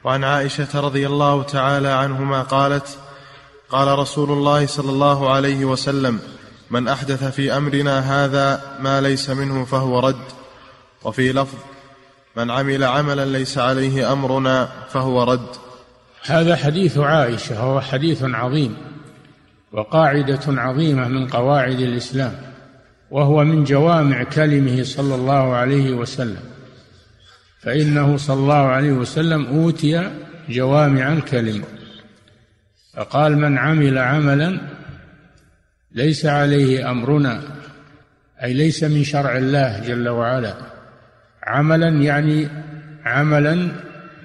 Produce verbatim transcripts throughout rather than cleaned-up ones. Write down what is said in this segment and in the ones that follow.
وعن عائشة رضي الله تعالى عنهما قالت: قال رسول الله صلى الله عليه وسلم: من أحدث في أمرنا هذا ما ليس منه فهو رد. وفي لفظ: من عمل عملا ليس عليه أمرنا فهو رد. هذا حديث عائشة، وهو حديث عظيم وقاعدة عظيمة من قواعد الإسلام، وهو من جوامع كلمه صلى الله عليه وسلم، فإنه صلى الله عليه وسلم أوتي جوامع الكلم، فقال: من عمل عملا ليس عليه أمرنا، أي ليس من شرع الله جل وعلا. عملا يعني عملا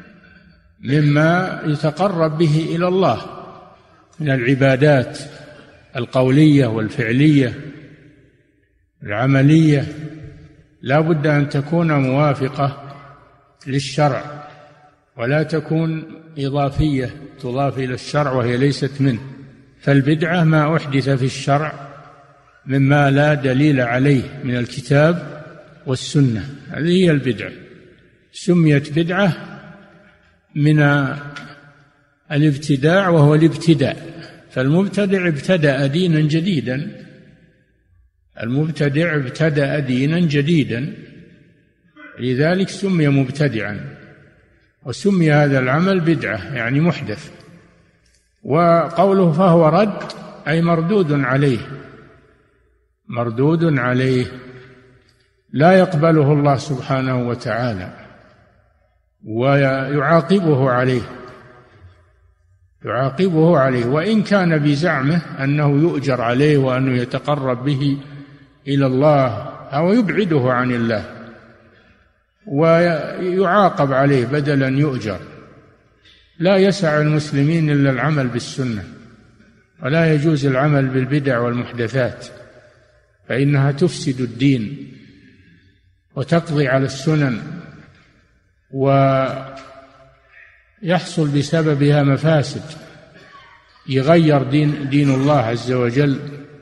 مما يتقرب به إلى الله من العبادات القولية والفعلية العملية، لا بد أن تكون موافقة للشرع، ولا تكون إضافية تضاف إلى الشرع وهي ليست منه. فالبدعة ما أحدث في الشرع مما لا دليل عليه من الكتاب والسنة، هذه هي البدعة. سميت بدعة من الابتداع، وهو الابتداء، فالمبتدع ابتدأ دينا جديدا، المبتدع ابتدأ دينا جديدا، لذلك سمي مبتدعا، وسمي هذا العمل بدعة يعني محدث. وقوله فهو رد أي مردود عليه، مردود عليه لا يقبله الله سبحانه وتعالى ويعاقبه عليه، يعاقبه عليه، وإن كان بزعمه أنه يؤجر عليه وأنه يتقرب به إلى الله أو يبعده عن الله، ويعاقب عليه بدلا يؤجر. لا يسع المسلمين إلا العمل بالسنة، ولا يجوز العمل بالبدع والمحدثات، فإنها تفسد الدين وتقضي على السنن، ويحصل بسببها مفاسد، يغير دين, دين الله عز وجل،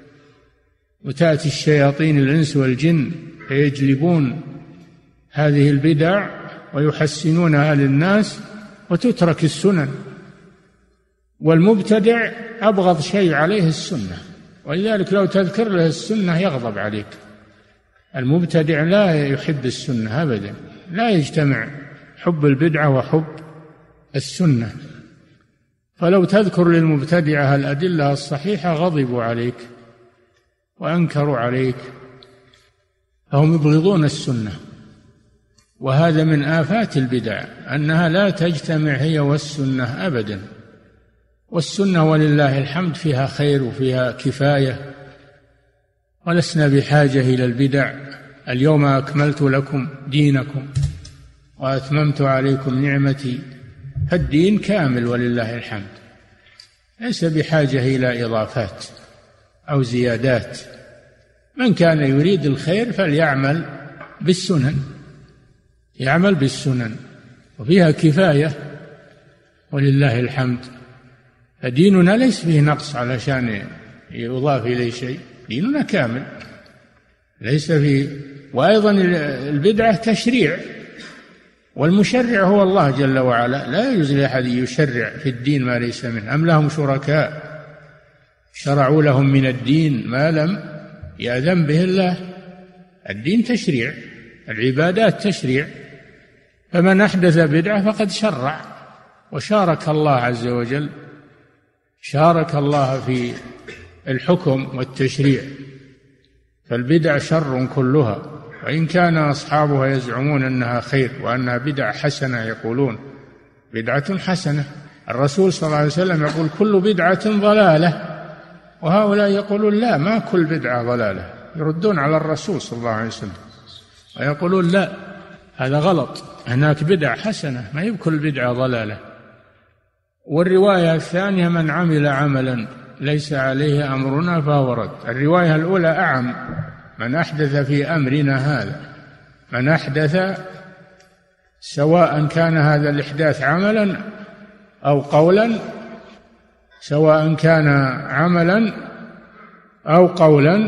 وتأتي الشياطين الإنس والجن فيجلبون هذه البدع ويحسنونها للناس وتترك السنن. والمبتدع أبغض شيء عليه السنة، ولذلك لو تذكر له السنة يغضب عليك. المبتدع لا يحب السنة أبدا، لا يجتمع حب البدعة وحب السنة، فلو تذكر للمبتدعة الأدلة الصحيحة غضبوا عليك وأنكروا عليك، فهم يبغضون السنة. وهذا من آفات البدع أنها لا تجتمع هي والسنة أبدا، والسنة ولله الحمد فيها خير وفيها كفاية، ولسنا بحاجة إلى البدع. اليوم أكملت لكم دينكم وأتممت عليكم نعمتي، فالدين كامل ولله الحمد، ليس بحاجة إلى إضافات أو زيادات. من كان يريد الخير فليعمل بالسنن، يعمل بالسنن وفيها كفاية ولله الحمد. فديننا ليس فيه نقص علشان يضاف إليه شيء، ديننا كامل ليس فيه. وأيضا البدعة تشريع، والمشرع هو الله جل وعلا، لا يجوز لأحد يشرع في الدين ما ليس منه. أم لهم شركاء شرعوا لهم من الدين ما لم يأذن به الله. الدين تشريع، العبادات تشريع، فمن أحدث بدعة فقد شرع وشارك الله عز وجل، شارك الله في الحكم والتشريع. فالبدع شر كلها، وإن كان أصحابها يزعمون أنها خير وأنها بدعة حسنة، يقولون بدعة حسنة. الرسول صلى الله عليه وسلم يقول كل بدعة ضلالة، وهؤلاء يقولون لا، ما كل بدعة ضلالة، يردون على الرسول صلى الله عليه وسلم ويقولون لا، هذا غلط، هناك بدعة حسنة، ما هي كل بدعة ضلالة. والرواية الثانية من عمل عملا ليس عليه أمرنا فهو رد. الرواية الأولى أعم، من أحدث في أمرنا هذا، من أحدث سواء كان هذا الإحداث عملا أو قولا، سواء كان عملا أو قولا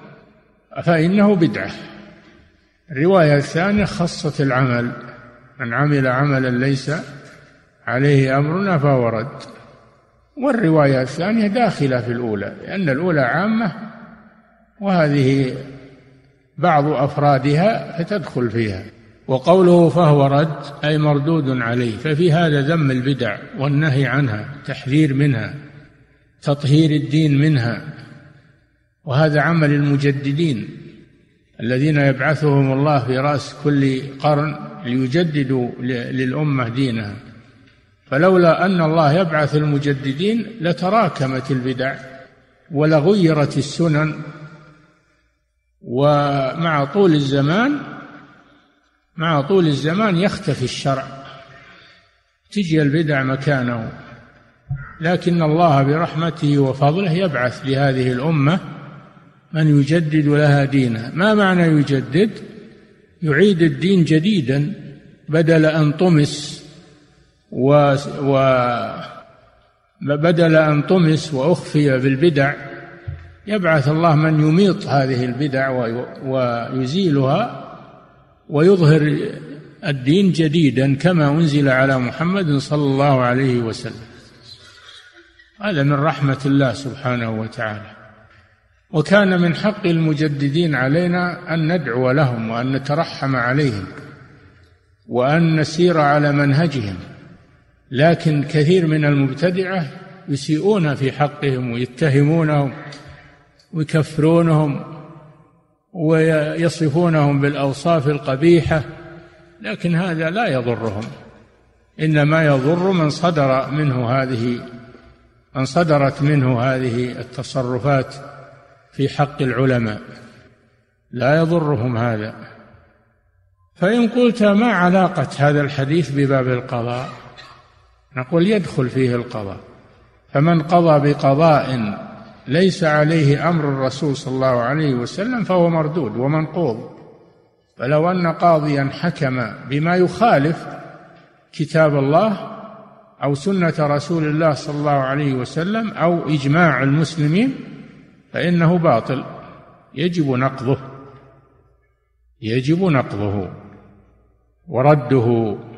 فإنه بدعة. الرواية الثانية خصت العمل، من عمل عملا ليس عليه أمرنا فهو رد. والرواية الثانية داخلة في الأولى، لأن الأولى عامة وهذه بعض أفرادها فتدخل فيها. وقوله فهو رد أي مردود عليه، ففي هذا ذم البدع والنهي عنها، تحذير منها، تطهير الدين منها، وهذا عمل المجددين الذين يبعثهم الله في رأس كل قرن ليجددوا للأمة دينها. فلولا أن الله يبعث المجددين لتراكمت البدع ولغيرت السنن، ومع طول الزمان مع طول الزمان يختفي الشرع، تجي البدع مكانه. لكن الله برحمته وفضله يبعث لهذه الأمة من يجدد لها دينها. ما معنى يجدد؟ يعيد الدين جديدا بدل أن طمس و... و... بدل أن طمس وأخفي بالبدع، يبعث الله من يميط هذه البدع ويزيلها ويظهر الدين جديدا كما أنزل على محمد صلى الله عليه وسلم. هذا من رحمة الله سبحانه وتعالى. وكان من حق المجددين علينا أن ندعو لهم وأن نترحم عليهم وأن نسير على منهجهم، لكن كثير من المبتدعة يسيئون في حقهم ويتهمونهم ويكفرونهم ويصفونهم بالأوصاف القبيحة، لكن هذا لا يضرهم، إنما يضر من صدر منه هذه من صدرت منه هذه التصرفات في حق العلماء، لا يضرهم هذا. فإن قلت ما علاقة هذا الحديث بباب القضاء؟ نقول يدخل فيه القضاء، فمن قضى بقضاء ليس عليه أمر الرسول صلى الله عليه وسلم فهو مردود ومنقوض. فلو أن قاضيا حكم بما يخالف كتاب الله أو سنة رسول الله صلى الله عليه وسلم أو إجماع المسلمين فإنه باطل، يجب نقضه يجب نقضه ورده